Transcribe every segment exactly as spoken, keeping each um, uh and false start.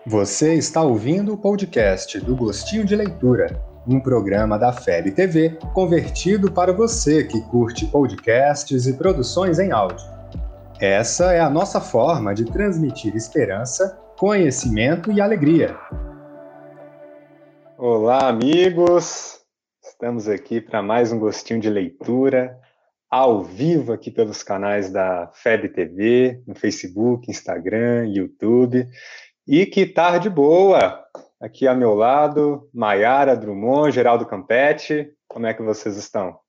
Você está ouvindo o podcast do Gostinho de Leitura, um programa da F E B T V convertido para você que curte podcasts e produções em áudio. Essa é a nossa forma de transmitir esperança, conhecimento e alegria. Olá, amigos! Estamos aqui para mais um Gostinho de Leitura, ao vivo aqui pelos canais da F E B T V, no Facebook, Instagram, YouTube. E que tarde boa! Aqui ao meu lado, Maiara Drummond, Geraldo Campetti. Como é que vocês estão?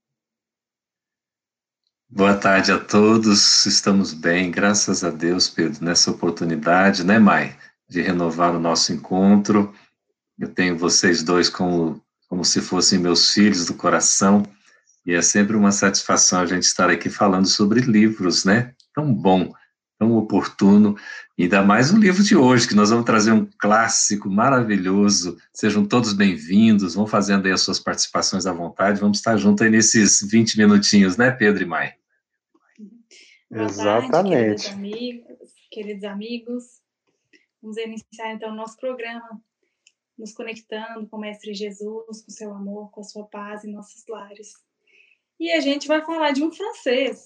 Boa tarde a todos, estamos bem, graças a Deus, Pedro, nessa oportunidade, né, Mai, de renovar o nosso encontro. Eu tenho vocês dois como, como se fossem meus filhos do coração, e é sempre uma satisfação a gente estar aqui falando sobre livros, né? Tão bom, tão oportuno, ainda mais o livro de hoje, que nós vamos trazer um clássico maravilhoso. Sejam todos bem-vindos, vão fazendo aí as suas participações à vontade, vamos estar juntos aí nesses vinte minutinhos, né, Pedro e Mai? Boa Exatamente. tarde, queridos amigos, queridos amigos. Vamos iniciar então o nosso programa, nos conectando com o Mestre Jesus, com seu amor, com a sua paz em nossos lares. E a gente vai falar de um francês.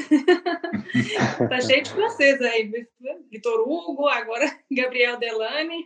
Tá cheio de francês aí. Victor Hugo, agora Gabriel Delany.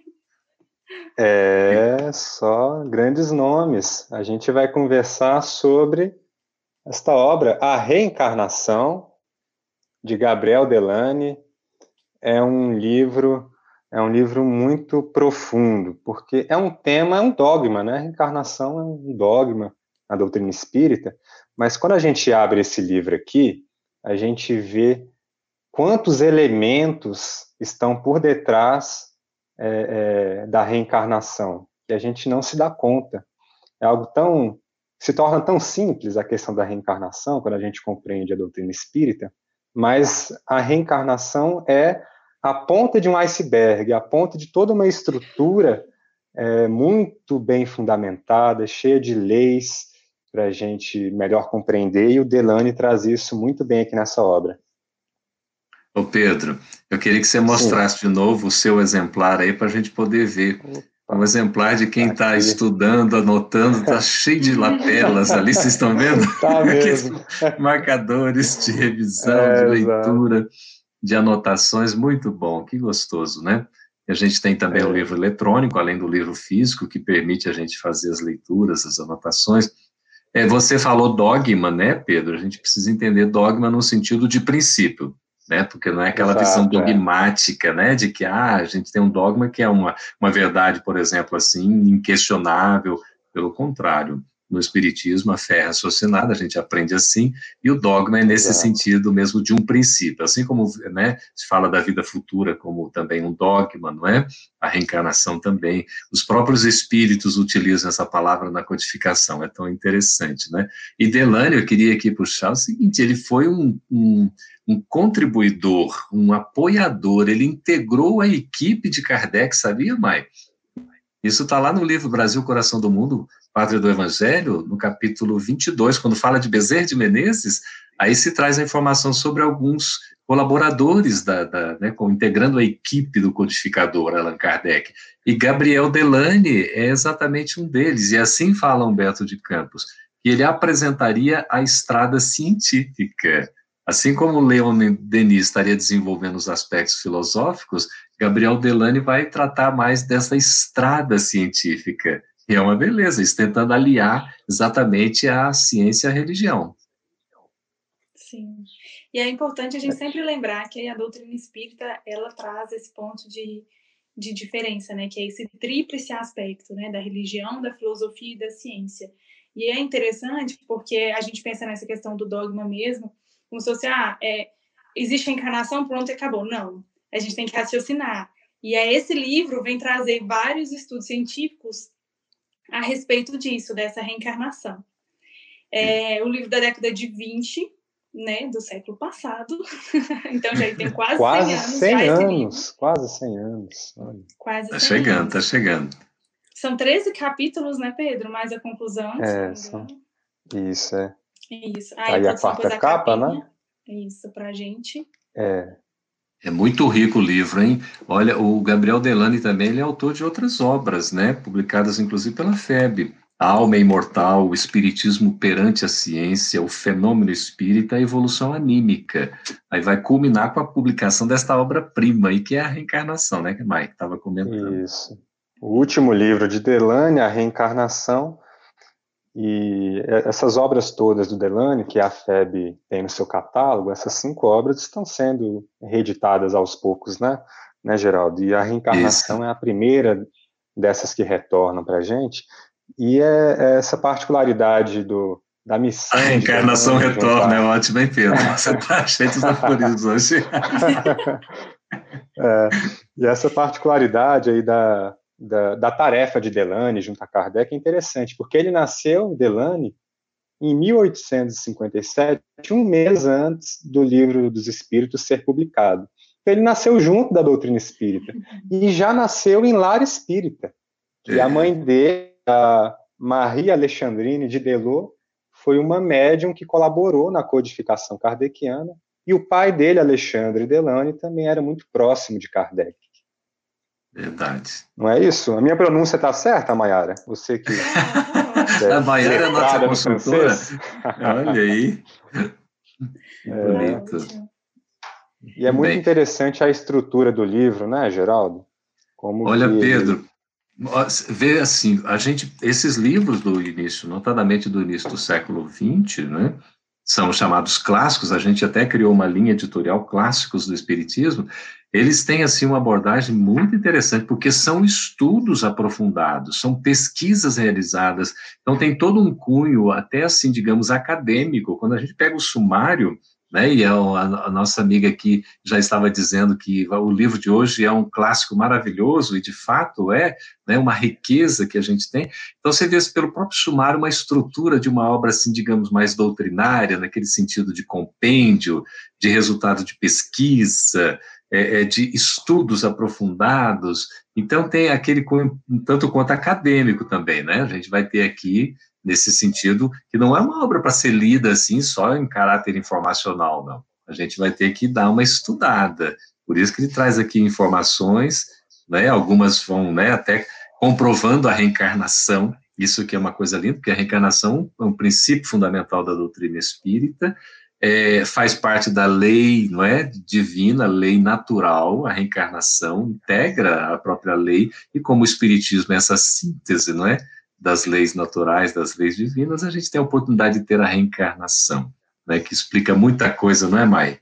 É, só grandes nomes. A gente vai conversar sobre esta obra, A Reencarnação, de Gabriel Delany. É um livro, é um livro muito profundo, porque é um tema, é um dogma, né? A reencarnação é um dogma na doutrina espírita, mas quando a gente abre esse livro aqui, a gente vê quantos elementos estão por detrás é, é, da reencarnação, que a gente não se dá conta. É algo tão, se torna tão simples a questão da reencarnação, quando a gente compreende a doutrina espírita, mas a reencarnação é a ponta de um iceberg, a ponta de toda uma estrutura é, muito bem fundamentada, cheia de leis para a gente melhor compreender, e o Delany traz isso muito bem aqui nessa obra. Ô Pedro, eu queria que você mostrasse Sim. de novo o seu exemplar aí para a gente poder ver. Opa, um exemplar de quem está estudando, anotando, está cheio de lapelas ali, vocês estão vendo? Tá mesmo. Marcadores de revisão, é, de leitura, exato. De anotações, muito bom, que gostoso, né? A gente tem também é. o livro eletrônico, além do livro físico, que permite a gente fazer as leituras, as anotações. É, você falou dogma, né, Pedro? A gente precisa entender dogma no sentido de princípio, né? Porque não é aquela Exato, visão dogmática, é. né? De que ah, a gente tem um dogma que é uma, uma verdade, por exemplo, assim, inquestionável. Pelo contrário, no Espiritismo, a fé é raciocinada, a gente aprende assim, e o dogma é nesse Exato. Sentido mesmo de um princípio. Assim como, né, se fala da vida futura como também um dogma, não é? A reencarnação também. Os próprios espíritos utilizam essa palavra na codificação, é tão interessante, né? E Delany, eu queria aqui puxar o seguinte, ele foi um, um, um contribuidor, um apoiador, ele integrou a equipe de Kardec, sabia, Mai? Isso está lá no livro Brasil, Coração do Mundo, Pátria do Evangelho, no capítulo vinte e dois, quando fala de Bezerra de Menezes, aí se traz a informação sobre alguns colaboradores, da, da, né, integrando a equipe do codificador, Allan Kardec. E Gabriel Delany é exatamente um deles, e assim fala Humberto de Campos, que ele apresentaria a estrada científica. Assim como Leon Denis estaria desenvolvendo os aspectos filosóficos, Gabriel Delany vai tratar mais dessa estrada científica. E é uma beleza, isso tentando aliar exatamente a ciência e a religião. Sim. E é importante a gente sempre lembrar que a doutrina espírita, ela traz esse ponto de, de diferença, né? Que é esse tríplice aspecto, né? Da religião, da filosofia e da ciência. E é interessante porque a gente pensa nessa questão do dogma mesmo, como se fosse, ah, é, existe a encarnação, pronto, e acabou. Não, a gente tem que raciocinar. E é esse livro vem trazer vários estudos científicos a respeito disso, dessa reencarnação. É o livro da década de vinte, né, do século passado. Então já tem quase, quase cem anos. cem já anos esse livro. Quase cem anos. Olha. Quase tá cem chegando, anos. tá chegando. São treze capítulos, né, Pedro? Mais a conclusão. É, são... Isso, é. Isso. Aí, Aí a quarta a capa, capinha. né? Isso, pra gente. É. É muito rico o livro, hein? Olha, o Gabriel Delany também, ele é autor de outras obras, né? Publicadas inclusive pela F E B. A Alma Imortal, o Espiritismo perante a Ciência, o Fenômeno Espírita, a Evolução Anímica. Aí vai culminar com a publicação desta obra-prima aí, que é a Reencarnação, né, que o Mike estava comentando. Isso. O último livro de Delany, A Reencarnação, e essas obras todas do Delany, que a F E B tem no seu catálogo, essas cinco obras estão sendo reeditadas aos poucos, né, né Geraldo? E a Reencarnação Isso. é a primeira dessas que retornam para a gente, e é, é essa particularidade do, da missão... A Reencarnação retorna, é ótimo, hein, Pedro? Você está cheio dos aforismos hoje. é, e essa particularidade aí da... Da, da tarefa de Delany junto a Kardec é interessante, porque ele nasceu, Delany, em mil oitocentos e cinquenta e sete, um mês antes do Livro dos Espíritos ser publicado. Então, ele nasceu junto da doutrina espírita, e já nasceu em lar espírita, que é. a mãe dele, a Marie Alexandrine de Delot, foi uma médium que colaborou na codificação kardeciana, e o pai dele, Alexandre Delany, também era muito próximo de Kardec. Verdade. Não é isso? A minha pronúncia está certa, Mayara? Você que... a Mayara é a nossa consultora. Olha aí. É, bonito. E é muito Bem, interessante a estrutura do livro, né, Geraldo? Como olha, que Pedro, ele... vê assim, a gente, esses livros do início, notadamente do início do século vinte, né, são chamados clássicos, a gente até criou uma linha editorial, Clássicos do Espiritismo. Eles têm, assim, uma abordagem muito interessante, porque são estudos aprofundados, são pesquisas realizadas, então tem todo um cunho, até assim, digamos, acadêmico. Quando a gente pega o sumário, né, e a, a nossa amiga aqui já estava dizendo que o livro de hoje é um clássico maravilhoso, e de fato é, né, uma riqueza que a gente tem. Então você vê pelo próprio sumário uma estrutura de uma obra, assim, digamos, mais doutrinária, naquele sentido de compêndio, de resultado de pesquisa, É, de estudos aprofundados, então tem aquele tanto quanto acadêmico também, né? A gente vai ter aqui, nesse sentido, que não é uma obra para ser lida assim, só em caráter informacional, não. A gente vai ter que dar uma estudada, por isso que ele traz aqui informações, né? Algumas vão, né, até comprovando a reencarnação, isso que é uma coisa linda, porque a reencarnação é um princípio fundamental da doutrina espírita. É, faz parte da lei, não é, divina, lei natural, a reencarnação integra a própria lei, e como o espiritismo é essa síntese, não é, das leis naturais, das leis divinas, a gente tem a oportunidade de ter a reencarnação, né, que explica muita coisa, não é, Mai?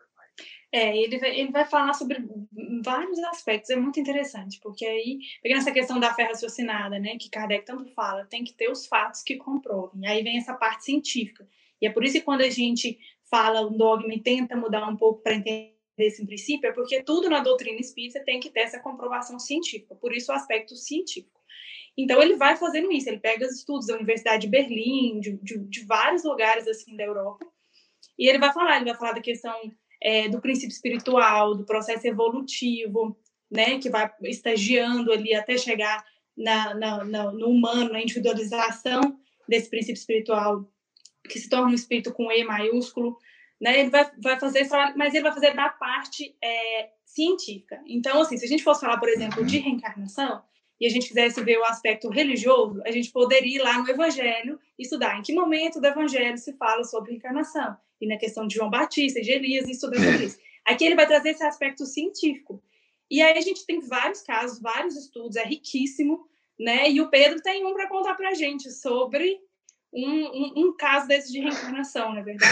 É, ele vai, ele vai falar sobre vários aspectos, é muito interessante, porque aí, pegando essa questão da fé raciocinada, né, que Kardec tanto fala, tem que ter os fatos que comprovem, aí vem essa parte científica. E é por isso que quando a gente fala um dogma e tenta mudar um pouco para entender esse princípio, é porque tudo na doutrina espírita tem que ter essa comprovação científica, por isso o aspecto científico. Então ele vai fazendo isso, ele pega os estudos da Universidade de Berlim, de, de, de vários lugares assim da Europa, e ele vai falar, ele vai falar da questão é, do princípio espiritual, do processo evolutivo, né, que vai estagiando ali até chegar na, na, na, no humano, na individualização desse princípio espiritual, que se torna um espírito com E maiúsculo, né? Ele vai, vai fazer isso, mas ele vai fazer da parte é, científica. Então, assim, se a gente fosse falar, por exemplo, de reencarnação, e a gente quisesse ver o aspecto religioso, a gente poderia ir lá no Evangelho e estudar em que momento do Evangelho se fala sobre reencarnação, e na questão de João Batista, de Elias, e estudar sobre isso. Aqui ele vai trazer esse aspecto científico. E aí a gente tem vários casos, vários estudos, é riquíssimo, né? E o Pedro tem um para contar para a gente sobre... Um, um, um caso desse de reencarnação, não é verdade?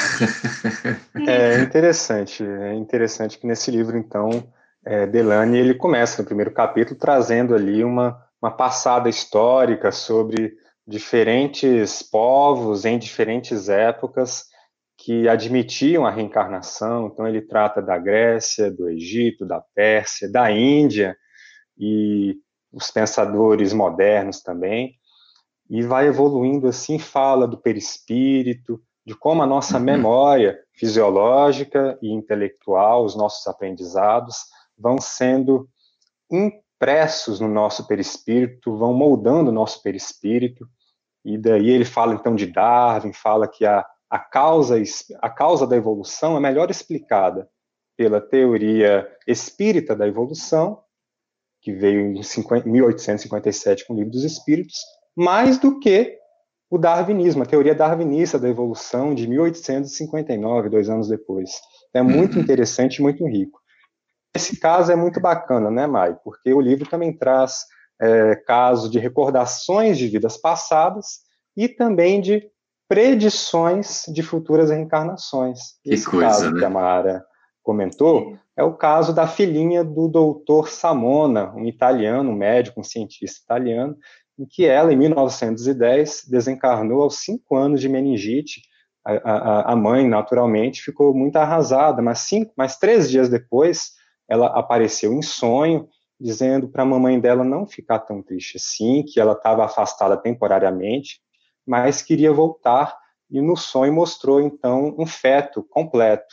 É interessante, é interessante que nesse livro, então, é, Delany, ele começa no primeiro capítulo trazendo ali uma, uma passada histórica sobre diferentes povos em diferentes épocas que admitiam a reencarnação. Então ele trata da Grécia, do Egito, da Pérsia, da Índia e os pensadores modernos também. E vai evoluindo assim, fala do perispírito, de como a nossa memória fisiológica e intelectual, os nossos aprendizados, vão sendo impressos no nosso perispírito, vão moldando o nosso perispírito, e daí ele fala então de Darwin, fala que a, a, causa, a causa da evolução é melhor explicada pela teoria espírita da evolução, que veio em mil oitocentos e cinquenta e sete com o Livro dos Espíritos, mais do que o darwinismo, a teoria darwinista da evolução de mil oitocentos e cinquenta e nove, dois anos depois. É muito interessante e muito rico. Esse caso é muito bacana, né, Mai? Porque o livro também traz é, casos de recordações de vidas passadas e também de predições de futuras reencarnações. Que Esse coisa, caso né? que a Mara comentou é o caso da filhinha do doutor Samona, um italiano, um médico, um cientista italiano, em que ela, em mil novecentos e dez, desencarnou aos cinco anos de meningite. A, a, a mãe, naturalmente, ficou muito arrasada, mas, cinco, mas três dias depois, ela apareceu em sonho, dizendo para a mamãe dela não ficar tão triste assim, que ela estava afastada temporariamente, mas queria voltar, e no sonho mostrou, então, um feto completo.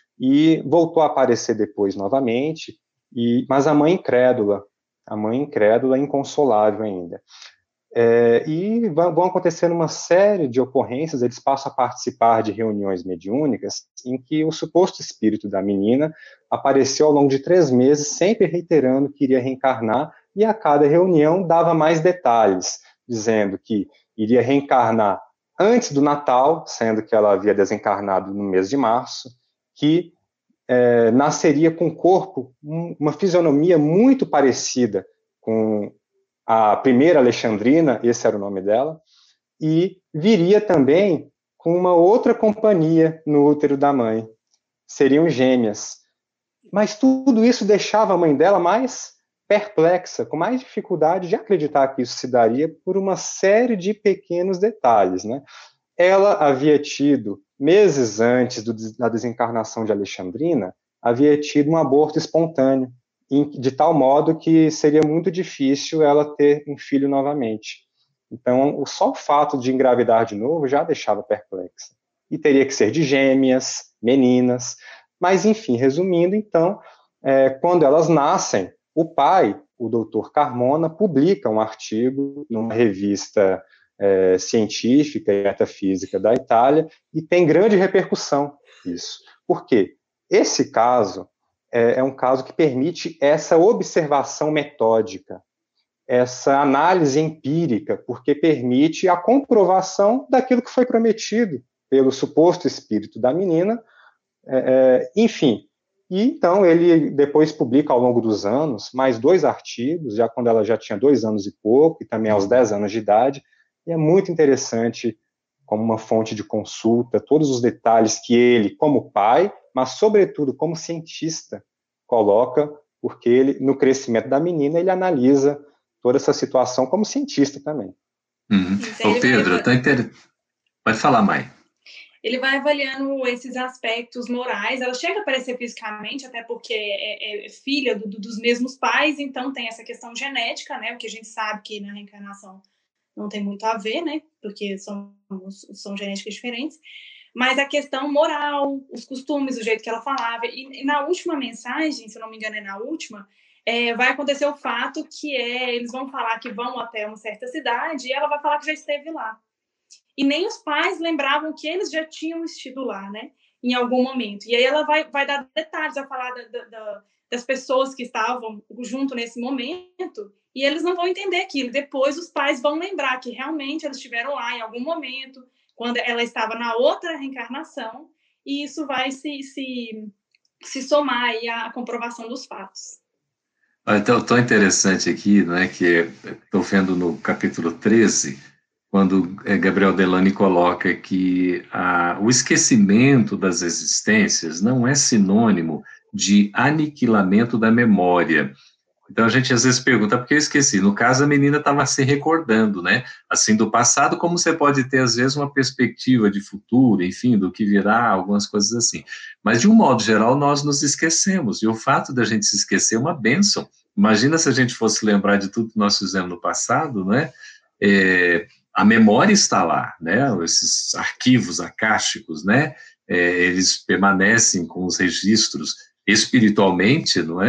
E voltou a aparecer depois novamente, e, mas a mãe incrédula, a mãe incrédula, inconsolável ainda. É, e vão acontecendo uma série de ocorrências, eles passam a participar de reuniões mediúnicas, em que o suposto espírito da menina apareceu ao longo de três meses, sempre reiterando que iria reencarnar, e a cada reunião dava mais detalhes, dizendo que iria reencarnar antes do Natal, sendo que ela havia desencarnado no mês de março, que é, nasceria com um corpo, uma fisionomia muito parecida com a primeira Alexandrina, esse era o nome dela, e viria também com uma outra companhia no útero da mãe. Seriam gêmeas. Mas tudo isso deixava a mãe dela mais perplexa, com mais dificuldade de acreditar que isso se daria por uma série de pequenos detalhes, né? Ela havia tido, meses antes do, da desencarnação de Alexandrina, havia tido um aborto espontâneo, de tal modo que seria muito difícil ela ter um filho novamente. Então, só o fato de engravidar de novo já deixava perplexa. E teria que ser de gêmeas, meninas. Mas, enfim, resumindo, então, é, quando elas nascem, o pai, o doutor Carmona, publica um artigo numa revista é, científica e metafísica da Itália, e tem grande repercussão isso. Por quê? Esse caso é, é um caso que permite essa observação metódica, essa análise empírica, porque permite a comprovação daquilo que foi prometido pelo suposto espírito da menina, é, enfim. E então ele depois publica ao longo dos anos mais dois artigos, já quando ela já tinha dois anos e pouco, e também aos dez anos de idade, e é muito interessante como uma fonte de consulta, todos os detalhes que ele, como pai, mas sobretudo como cientista, coloca, porque ele, no crescimento da menina, ele analisa toda essa situação como cientista também. Uhum. Ô Pedro, vai... tá inter... pode falar, Mai. Ele vai avaliando esses aspectos morais, ela chega a aparecer fisicamente, até porque é, é filha do, do, dos mesmos pais, então tem essa questão genética, né, o que a gente sabe que na reencarnação não tem muito a ver, né, porque são, são genéticas diferentes, mas a questão moral, os costumes, o jeito que ela falava, e, e na última mensagem, se eu não me engano é na última, é, vai acontecer o fato que é, eles vão falar que vão até uma certa cidade e ela vai falar que já esteve lá. E nem os pais lembravam que eles já tinham estido lá, né, em algum momento. E aí ela vai, vai dar detalhes, vai falar da, da, da, das pessoas que estavam junto nesse momento, e eles não vão entender aquilo. Depois os pais vão lembrar que realmente eles estiveram lá em algum momento, quando ela estava na outra reencarnação, e isso vai se, se, se somar aí à comprovação dos fatos. Então, tão interessante aqui, não é, que estou vendo no capítulo treze, quando Gabriel Delany coloca que a, o esquecimento das existências não é sinônimo de aniquilamento da memória. Então a gente às vezes pergunta, por que eu esqueci? No caso, a menina estava se recordando, né? Assim, do passado, como você pode ter, às vezes, uma perspectiva de futuro, enfim, do que virá, algumas coisas assim. Mas, de um modo geral, nós nos esquecemos, e o fato da gente se esquecer é uma bênção. Imagina se a gente fosse lembrar de tudo que nós fizemos no passado, né? É, a memória está lá, né? Esses arquivos acásticos, né? É, eles permanecem com os registros espiritualmente, não é?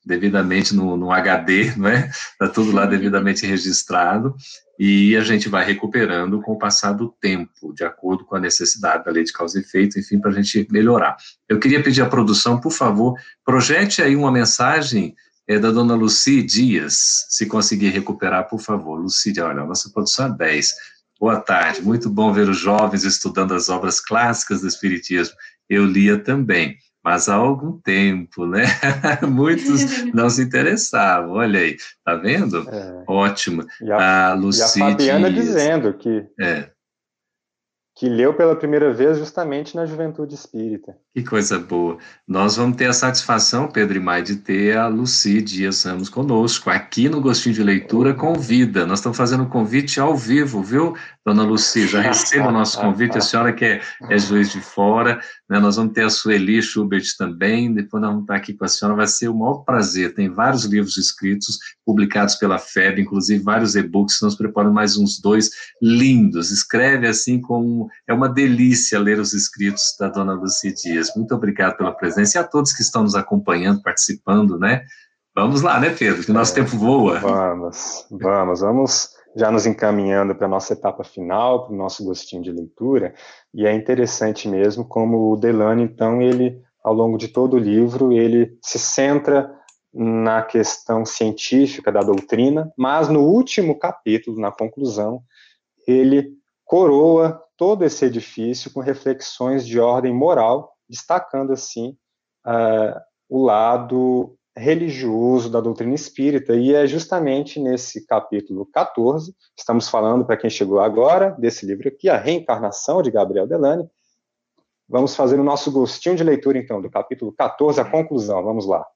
devidamente no, no H D, não é? Está tudo lá devidamente registrado, e a gente vai recuperando com o passar do tempo, de acordo com a necessidade da lei de causa e efeito, enfim, para a gente melhorar. Eu queria pedir à produção, por favor, projete aí uma mensagem é, da dona Lucy Dias, se conseguir recuperar, por favor. Lucy, olha, a nossa produção é dez. Boa tarde, muito bom ver os jovens estudando as obras clássicas do Espiritismo. Eu lia também, mas há algum tempo, né? Muitos não se interessavam, olha aí, tá vendo? É. Ótimo. E a, a, Lucy e a Fabiana Dias, dizendo que, é. que leu pela primeira vez justamente na Juventude Espírita. Que coisa boa. Nós vamos ter a satisfação, Pedro e Mai, de ter a Lucy Dias Ramos conosco, aqui no Gostinho de Leitura Convida. Nós estamos fazendo um convite ao vivo, viu, dona Lucy? Já receba o nosso convite, a senhora que é, é Juiz de Fora, né? Nós vamos ter a Sueli Schubert também, depois nós vamos estar aqui com a senhora, vai ser o maior prazer. Tem vários livros escritos, publicados pela F E B, inclusive vários e-books, nós preparamos mais uns dois lindos. Escreve assim como... É uma delícia ler os escritos da dona Lucy Dias. Muito obrigado pela presença e a todos que estão nos acompanhando, participando, né? Vamos lá, né, Pedro? Que o nosso é, tempo voa. Vamos, vamos, vamos já nos encaminhando para a nossa etapa final, para o nosso gostinho de leitura, e é interessante mesmo como o Delano, então, ele, ao longo de todo o livro, ele se centra na questão científica da doutrina, mas no último capítulo, na conclusão, ele coroa todo esse edifício com reflexões de ordem moral, destacando, assim, uh, o lado religioso da doutrina espírita, e é justamente nesse capítulo quatorze, estamos falando, para quem chegou agora, desse livro aqui, A Reencarnação, de Gabriel Delany. Vamos fazer o nosso gostinho de leitura, então, do capítulo quatorze, a conclusão, vamos lá.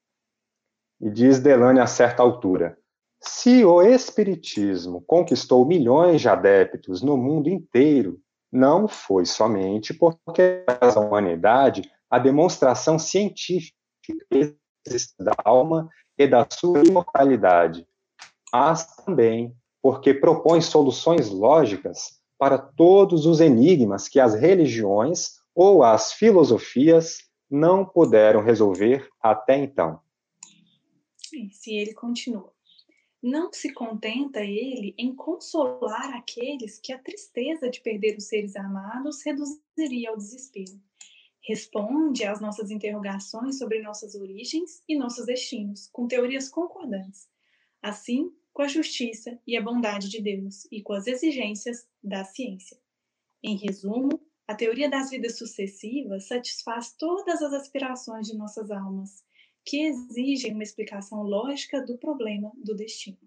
E diz Delany a certa altura: se o Espiritismo conquistou milhões de adeptos no mundo inteiro, não foi somente porque a humanidade a demonstração científica da alma e da sua imortalidade, mas também porque propõe soluções lógicas para todos os enigmas que as religiões ou as filosofias não puderam resolver até então. E se ele continua: não se contenta ele em consolar aqueles que a tristeza de perder os seres amados reduziria ao desespero. Responde às nossas interrogações sobre nossas origens e nossos destinos, com teorias concordantes, assim com a justiça e a bondade de Deus e com as exigências da ciência. Em resumo, a teoria das vidas sucessivas satisfaz todas as aspirações de nossas almas, que exigem uma explicação lógica do problema do destino.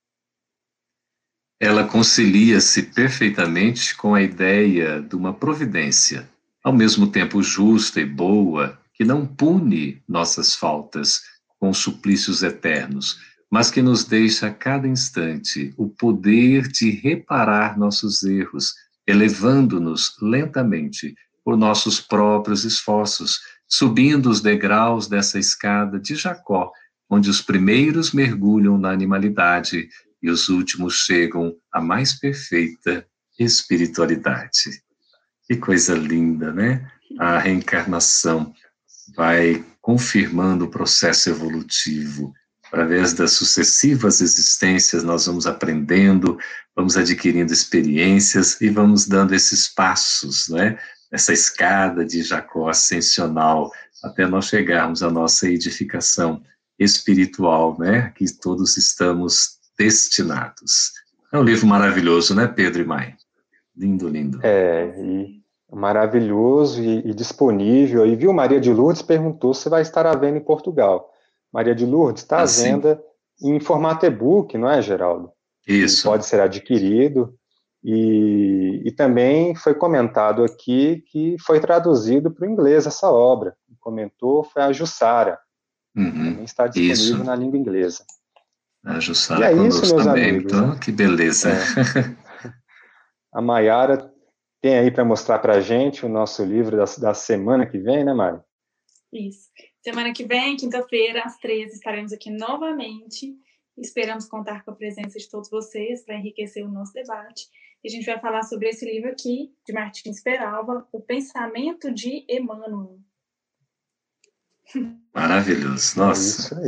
Ela concilia-se perfeitamente com a ideia de uma providência, ao mesmo tempo justa e boa, que não pune nossas faltas com suplícios eternos, mas que nos deixa a cada instante o poder de reparar nossos erros, elevando-nos lentamente por nossos próprios esforços, subindo os degraus dessa escada de Jacó, onde os primeiros mergulham na animalidade e os últimos chegam à mais perfeita espiritualidade. Que coisa linda, né? A reencarnação vai confirmando o processo evolutivo. Através das sucessivas existências, nós vamos aprendendo, vamos adquirindo experiências e vamos dando esses passos, né? Essa escada de Jacó ascensional, até nós chegarmos à nossa edificação espiritual, né? Que todos estamos destinados. É um livro maravilhoso, né, Pedro e Mai? Lindo, lindo. É, e maravilhoso e, e disponível. E viu, Maria de Lourdes perguntou se vai estar à venda em Portugal. Maria de Lourdes, está à ah, venda em formato e-book, não é, Geraldo? Isso. E pode ser adquirido. E, e também foi comentado aqui que foi traduzido para o inglês essa obra. Quem comentou foi a Jussara. Uhum, também está disponível isso. na língua inglesa. A Jussara e é conosco isso, meus também, amigos. Então, que beleza. É. A Maiara tem aí para mostrar para a gente o nosso livro da, da semana que vem, né, Mari? Isso. Semana que vem, quinta-feira, às treze, estaremos aqui novamente. Esperamos contar com a presença de todos vocês para enriquecer o nosso debate. E a gente vai falar sobre esse livro aqui, de Martins Peralva, O Pensamento de Emmanuel. Maravilhoso, nossa. É isso aí.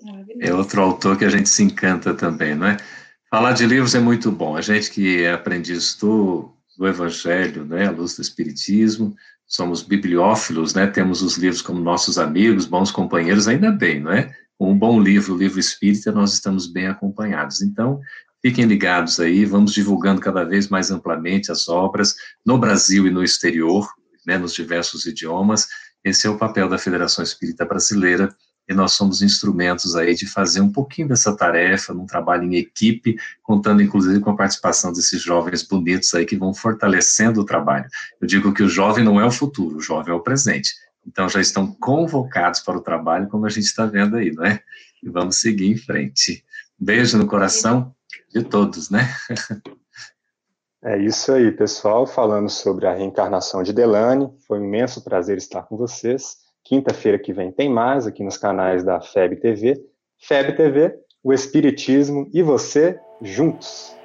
É outro autor que a gente se encanta também, não é? Falar de livros é muito bom. A gente que é aprendiz do, do Evangelho, né, à luz do Espiritismo, somos bibliófilos, né, temos os livros como nossos amigos, bons companheiros, ainda bem, não é? Com um bom livro, o livro espírita, nós estamos bem acompanhados. Então, fiquem ligados aí, vamos divulgando cada vez mais amplamente as obras, no Brasil e no exterior, né, nos diversos idiomas. Esse é o papel da Federação Espírita Brasileira, e nós somos instrumentos aí de fazer um pouquinho dessa tarefa, num trabalho em equipe, contando inclusive com a participação desses jovens bonitos aí que vão fortalecendo o trabalho. Eu digo que o jovem não é o futuro, o jovem é o presente. Então já estão convocados para o trabalho, como a gente está vendo aí, não é? E vamos seguir em frente. Beijo no coração de todos, né? É isso aí, pessoal, falando sobre a reencarnação de Delane, foi um imenso prazer estar com vocês. Quinta-feira que vem tem mais aqui nos canais da F E B T V. F E B T V, o Espiritismo e você juntos.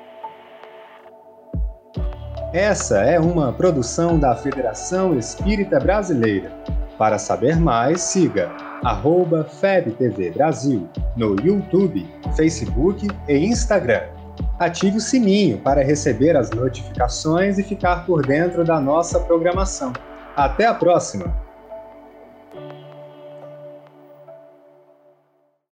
Essa é uma produção da Federação Espírita Brasileira. Para saber mais, siga arroba F E B T V Brasil no YouTube, Facebook e Instagram. Ative o sininho para receber as notificações e ficar por dentro da nossa programação. Até a próxima!